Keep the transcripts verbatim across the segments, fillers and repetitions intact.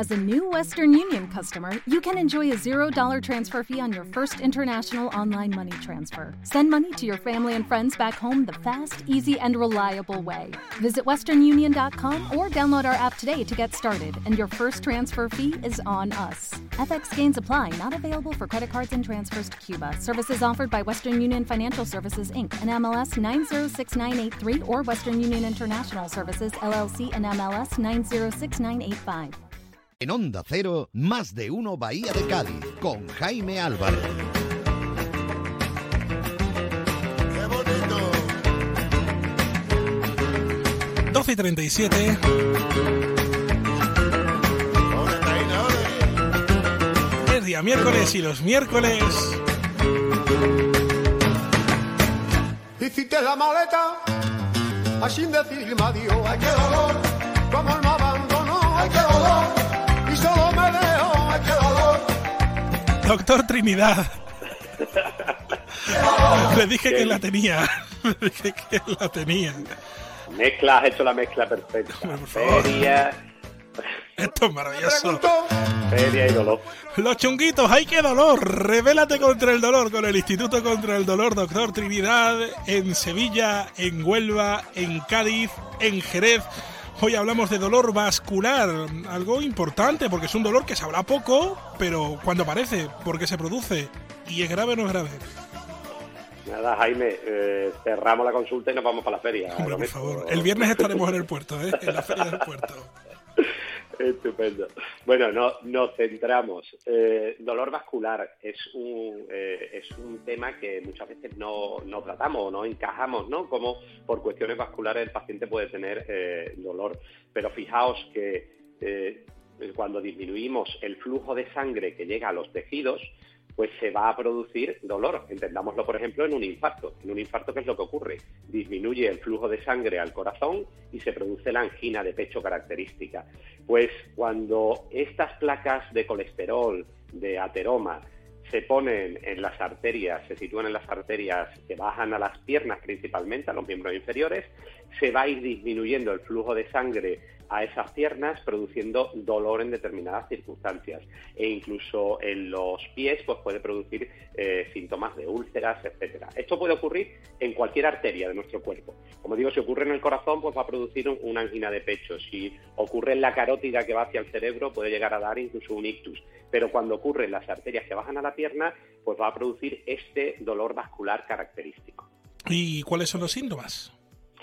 As a new Western Union customer, you can enjoy a zero dollar transfer fee on your first international online money transfer. Send money to your family and friends back home the fast, easy, and reliable way. Visit western union dot com or download our app today to get started, and your first transfer fee is on us. F X gains apply, not available for credit cards and transfers to Cuba. Services offered by Western Union Financial Services, Incorporated, and M L S nine zero six nine eight three or Western Union International Services, L L C, and M L S nine zero six nine eight five. En Onda Cero, Más de Uno Bahía de Cádiz, con Jaime Álvarez. ¡Qué bonito! doce y treinta y siete. Es día miércoles y los miércoles... Hiciste la maleta, así decirme adiós. Ay, qué dolor, como él me abandonó. Ay, qué dolor, y solo me dejó. Ay, qué dolor. Doctor Trinidad. Le dije que la tenía. Le dije que la tenía. Mezcla, has hecho la mezcla perfecta. Por favor. Feria. Esto es maravilloso. Feria y dolor. Los chunguitos, ¡ay qué dolor! Revélate contra el dolor con el Instituto contra el Dolor Doctor Trinidad, en Sevilla, en Huelva, en Cádiz, en Jerez. Hoy hablamos de dolor vascular, algo importante porque es un dolor que se habla poco, pero cuando aparece, porque se produce. ¿Y es grave o no es grave? Nada, Jaime, eh, cerramos la consulta y nos vamos para la feria. Hombre, por favor, el viernes estaremos en el puerto, ¿eh? En la feria del puerto. Estupendo. Bueno, no, nos centramos. Eh, dolor vascular es un eh, es un tema que muchas veces no, no tratamos, no encajamos, ¿no? Como por cuestiones vasculares el paciente puede tener eh, dolor. Pero fijaos que eh, cuando disminuimos el flujo de sangre que llega a los tejidos, pues se va a producir dolor. Entendámoslo, por ejemplo, en un infarto. En un infarto, ¿qué es lo que ocurre? Disminuye el flujo de sangre al corazón y se produce la angina de pecho característica. Pues cuando estas placas de colesterol, de ateroma, se ponen en las arterias, se sitúan en las arterias que bajan a las piernas principalmente, a los miembros inferiores, se va a ir disminuyendo el flujo de sangre a esas piernas, produciendo dolor en determinadas circunstancias. E incluso en los pies pues puede producir eh, síntomas de úlceras, etcétera. Esto puede ocurrir en cualquier arteria de nuestro cuerpo. Como digo, si ocurre en el corazón, pues va a producir un, una angina de pecho. Si ocurre en la carótida que va hacia el cerebro, puede llegar a dar incluso un ictus. Pero cuando ocurre en las arterias que bajan a la pierna, pues va a producir este dolor vascular característico. ¿Y cuáles son los síntomas?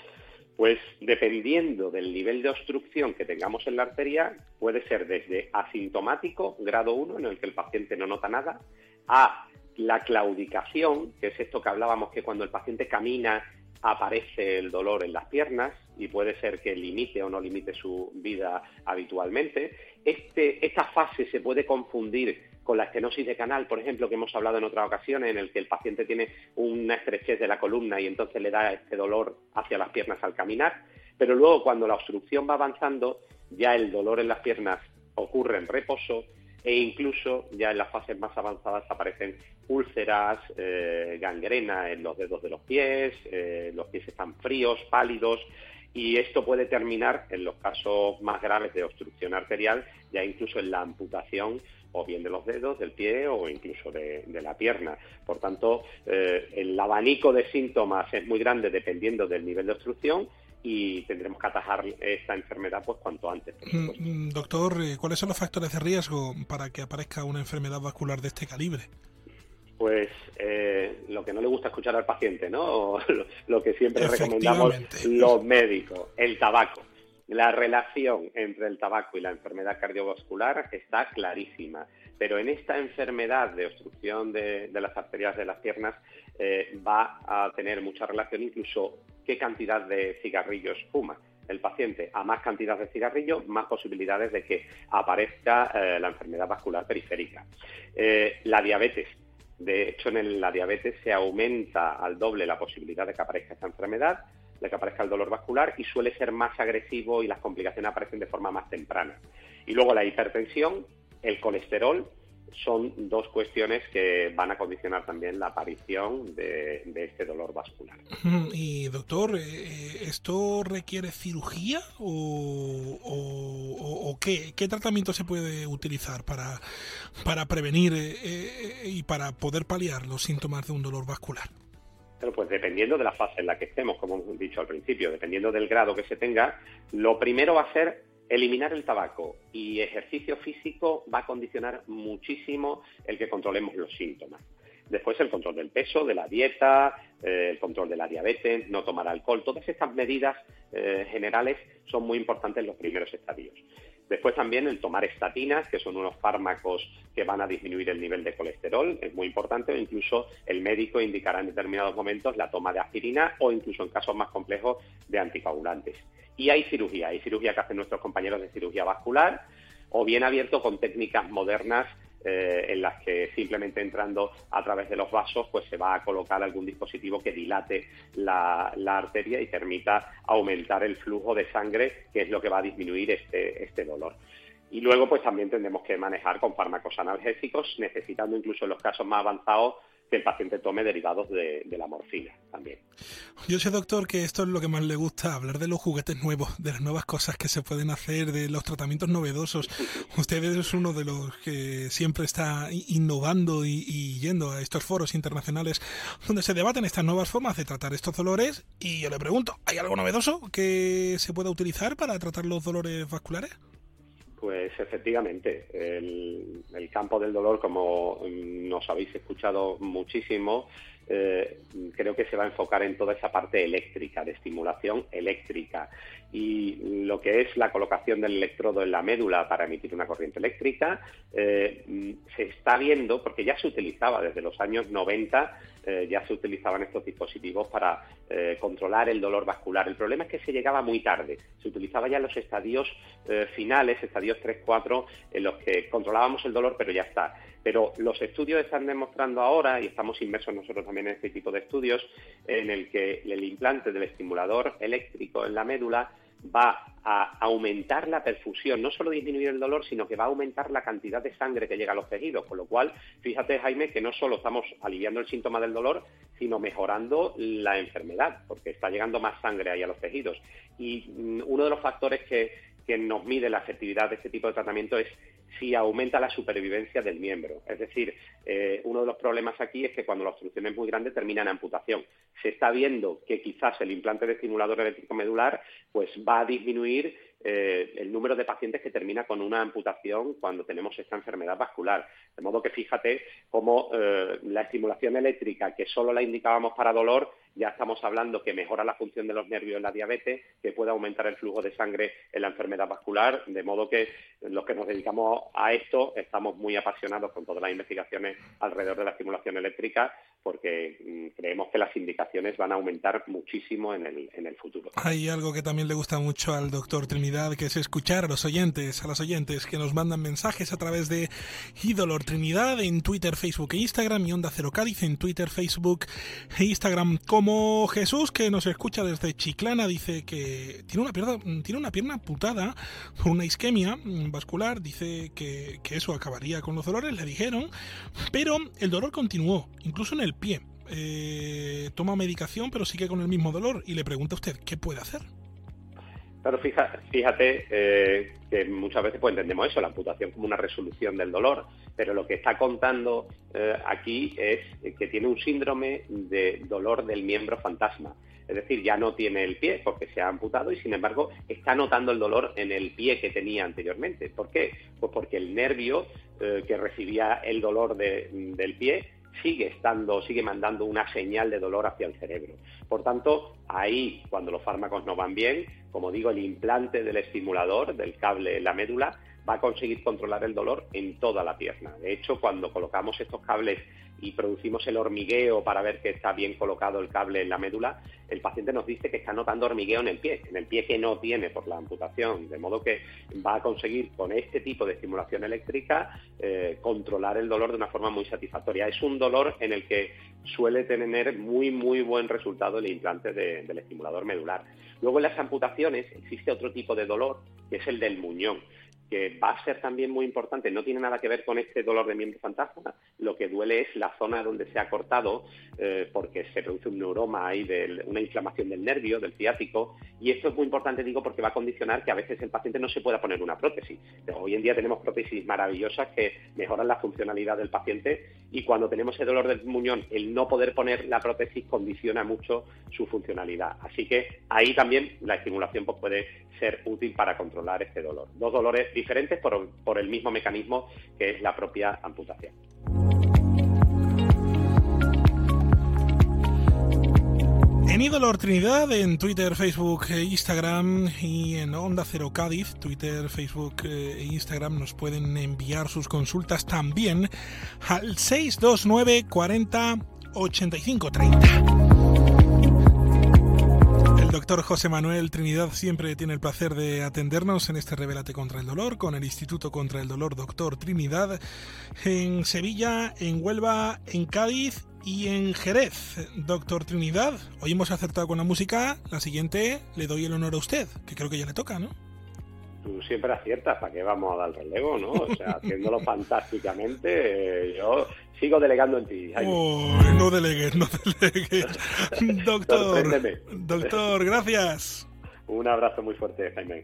Pues dependiendo del nivel de obstrucción que tengamos en la arteria, puede ser desde asintomático, grado uno, en el que el paciente no nota nada, a la claudicación, que es esto que hablábamos, que cuando el paciente camina aparece el dolor en las piernas y puede ser que limite o no limite su vida habitualmente. Este, esta fase se puede confundir con la estenosis de canal, por ejemplo, que hemos hablado en otras ocasiones, en el que el paciente tiene una estrechez de la columna y entonces le da este dolor hacia las piernas al caminar, pero luego cuando la obstrucción va avanzando, ya el dolor en las piernas ocurre en reposo e incluso ya en las fases más avanzadas aparecen úlceras, eh, gangrena en los dedos de los pies, eh, los pies están fríos, pálidos, y esto puede terminar, en los casos más graves de obstrucción arterial, ya incluso en la amputación o bien de los dedos, del pie o incluso de, de la pierna. Por tanto, eh, el abanico de síntomas es muy grande dependiendo del nivel de obstrucción y tendremos que atajar esta enfermedad pues cuanto antes. Mm, doctor, ¿cuáles son los factores de riesgo para que aparezca una enfermedad vascular de este calibre? Pues eh, lo que no le gusta escuchar al paciente, ¿no? Lo, lo que siempre recomendamos los médicos, el tabaco. La relación entre el tabaco y la enfermedad cardiovascular está clarísima, pero en esta enfermedad de obstrucción de, de las arterias de las piernas eh, va a tener mucha relación, incluso qué cantidad de cigarrillos fuma el paciente. A más cantidad de cigarrillos, más posibilidades de que aparezca eh, la enfermedad vascular periférica. Eh, la diabetes. De hecho, en el, la diabetes se aumenta al doble la posibilidad de que aparezca esta enfermedad, de que aparezca el dolor vascular, y suele ser más agresivo y las complicaciones aparecen de forma más temprana. Y luego la hipertensión, el colesterol, son dos cuestiones que van a condicionar también la aparición de, de este dolor vascular. Y doctor, ¿esto requiere cirugía o, o, o qué, qué tratamiento se puede utilizar para, para prevenir eh, y para poder paliar los síntomas de un dolor vascular? Pero pues dependiendo de la fase en la que estemos, como hemos dicho al principio, dependiendo del grado que se tenga, lo primero va a ser eliminar el tabaco, y ejercicio físico va a condicionar muchísimo el que controlemos los síntomas. Después el control del peso, de la dieta, eh, el control de la diabetes, no tomar alcohol. Todas estas medidas eh, generales son muy importantes en los primeros estadios. Después también el tomar estatinas, que son unos fármacos que van a disminuir el nivel de colesterol, es muy importante, o incluso el médico indicará en determinados momentos la toma de aspirina o incluso en casos más complejos de anticoagulantes. Y hay cirugía, hay cirugía que hacen nuestros compañeros de cirugía vascular, o bien abierto con técnicas modernas eh, en las que simplemente entrando a través de los vasos pues se va a colocar algún dispositivo que dilate la, la arteria y permita aumentar el flujo de sangre, que es lo que va a disminuir este, este dolor. Y luego pues también tendremos que manejar con fármacos analgésicos, necesitando incluso en los casos más avanzados que el paciente tome derivados de, de la morfina también. Yo sé, doctor, que esto es lo que más le gusta, hablar de los juguetes nuevos, de las nuevas cosas que se pueden hacer, de los tratamientos novedosos. Usted es uno de los que siempre está innovando y, y yendo a estos foros internacionales donde se debaten estas nuevas formas de tratar estos dolores. Y yo le pregunto, ¿hay algo novedoso que se pueda utilizar para tratar los dolores vasculares? Pues efectivamente, el, el campo del dolor, como nos habéis escuchado muchísimo, eh, creo que se va a enfocar en toda esa parte eléctrica, de estimulación eléctrica. Y lo que es la colocación del electrodo en la médula para emitir una corriente eléctrica, eh, se está viendo, porque ya se utilizaba desde los años noventa, eh, ya se utilizaban estos dispositivos para eh, controlar el dolor vascular. El problema es que se llegaba muy tarde, se utilizaba ya en los estadios eh, finales, estadios tres cuatro, en los que controlábamos el dolor, pero ya está. Pero los estudios están demostrando ahora, y estamos inmersos nosotros también en este tipo de estudios, en el que el implante del estimulador eléctrico en la médula va a aumentar la perfusión, no solo disminuir el dolor, sino que va a aumentar la cantidad de sangre que llega a los tejidos, con lo cual, fíjate, Jaime, que no solo estamos aliviando el síntoma del dolor, sino mejorando la enfermedad, porque está llegando más sangre ahí a los tejidos. Y mm, uno de los factores que, que nos mide la efectividad de este tipo de tratamiento es si aumenta la supervivencia del miembro. Es decir, eh, uno de los problemas aquí es que cuando la obstrucción es muy grande termina en amputación. Se está viendo que quizás el implante de estimulador eléctrico medular pues va a disminuir eh, el número de pacientes que termina con una amputación cuando tenemos esta enfermedad vascular. De modo que fíjate cómo eh, la estimulación eléctrica, que solo la indicábamos para dolor, ya estamos hablando que mejora la función de los nervios en la diabetes, que puede aumentar el flujo de sangre en la enfermedad vascular, de modo que los que nos dedicamos a esto estamos muy apasionados con todas las investigaciones alrededor de la estimulación eléctrica, porque mmm, creemos que las indicaciones van a aumentar muchísimo en el, en el futuro. Hay algo que también le gusta mucho al doctor Trinidad, que es escuchar a los oyentes, a los oyentes que nos mandan mensajes a través de Ídolor Trinidad en Twitter, Facebook e Instagram, y Onda Cero Cádiz en Twitter, Facebook e Instagram. Como Jesús, que nos escucha desde Chiclana, dice que tiene una pierna, tiene una pierna amputada por una isquemia vascular, dice que, que eso acabaría con los dolores, le dijeron, pero el dolor continuó, incluso en el pie. Eh, toma medicación, pero sigue con el mismo dolor, y le pregunta a usted, ¿qué puede hacer? Claro, fíjate, fíjate eh, que muchas veces pues entendemos eso, la amputación como una resolución del dolor, pero lo que está contando eh, aquí es que tiene un síndrome de dolor del miembro fantasma. Es decir, ya no tiene el pie porque se ha amputado y, sin embargo, está notando el dolor en el pie que tenía anteriormente. ¿Por qué? Pues porque el nervio eh, que recibía el dolor de, del pie sigue estando, sigue mandando una señal de dolor hacia el cerebro. Por tanto, ahí, cuando los fármacos no van bien, como digo, el implante del estimulador, del cable en la médula, va a conseguir controlar el dolor en toda la pierna. De hecho, cuando colocamos estos cables y producimos el hormigueo para ver que está bien colocado el cable en la médula, el paciente nos dice que está notando hormigueo en el pie, en el pie que no tiene por la amputación, de modo que va a conseguir con este tipo de estimulación eléctrica eh, controlar el dolor de una forma muy satisfactoria. Es un dolor en el que suele tener muy, muy buen resultado el implante de, del estimulador medular. Luego, en las amputaciones existe otro tipo de dolor, que es el del muñón. que va a ser también muy importante, no tiene nada que ver con este dolor de miembro fantasma, lo que duele es la zona donde se ha cortado, eh, porque se produce un neuroma ahí, de una inflamación del nervio, del ciático, y esto es muy importante, digo, porque va a condicionar que a veces el paciente no se pueda poner una prótesis. Hoy en día tenemos prótesis maravillosas que mejoran la funcionalidad del paciente, y cuando tenemos ese dolor del muñón, el no poder poner la prótesis condiciona mucho su funcionalidad. Así que ahí también la estimulación pues, puede ser útil para controlar este dolor. Dos dolores diferentes por, por el mismo mecanismo que es la propia amputación. En Idolor Trinidad, en Twitter, Facebook e Instagram, y en Onda Cero Cádiz, Twitter, Facebook e Instagram, nos pueden enviar sus consultas también al seis dos nueve cuarenta ochenta y cinco treinta. El doctor José Manuel Trinidad siempre tiene el placer de atendernos en este Revélate contra el Dolor con el Instituto contra el Dolor Doctor Trinidad en Sevilla, en Huelva, en Cádiz y en Jerez. Doctor Trinidad, hoy hemos acertado con la música. La siguiente le doy el honor a usted, que creo que ya le toca, ¿no? Tú siempre aciertas, ¿para qué vamos a dar relevo, no? O sea, haciéndolo fantásticamente, eh, yo sigo delegando en ti, Jaime. Oh, no delegues, no delegues. Doctor, doctor, gracias. Un abrazo muy fuerte, Jaime.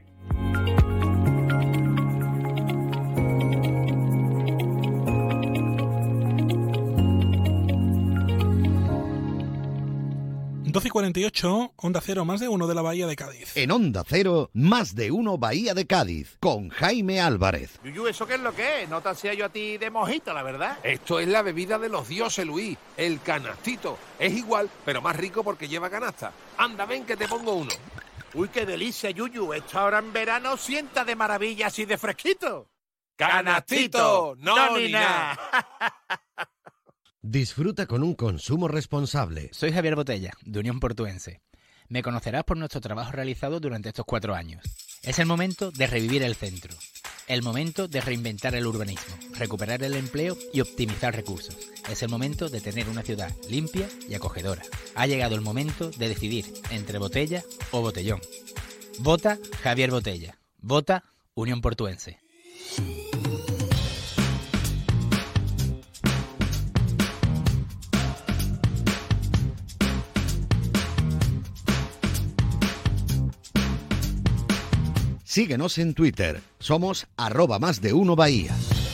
doce y cuarenta y ocho, Onda Cero, más de uno de la Bahía de Cádiz. En Onda Cero, más de uno Bahía de Cádiz, con Jaime Álvarez. Yuyu, ¿eso qué es lo que es? No te hacía yo a ti de mojito, la verdad. Esto es la bebida de los dioses, Luis, el canastito. Es igual, pero más rico porque lleva canasta. Anda, ven que te pongo uno. Uy, qué delicia, Yuyu. Esto ahora en verano sienta de maravilla así de fresquito. ¡Canastito! ¡No, no ni nada! Disfruta con un consumo responsable. Soy Javier Botella, de Unión Portuense. Me conocerás por nuestro trabajo realizado durante estos cuatro años. Es el momento de revivir el centro. El momento de reinventar el urbanismo, recuperar el empleo y optimizar recursos. Es el momento de tener una ciudad limpia y acogedora. Ha llegado el momento de decidir entre botella o botellón. Vota Javier Botella. Vota Unión Portuense. Síguenos en Twitter. Somos arroba más de uno Bahía.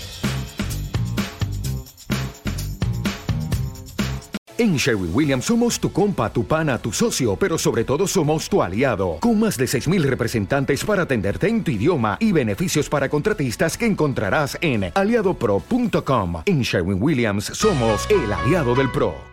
En Sherwin-Williams somos tu compa, tu pana, tu socio, pero sobre todo somos tu aliado. Con más de seis mil representantes para atenderte en tu idioma y beneficios para contratistas que encontrarás en aliado pro punto com. En Sherwin-Williams somos el aliado del pro.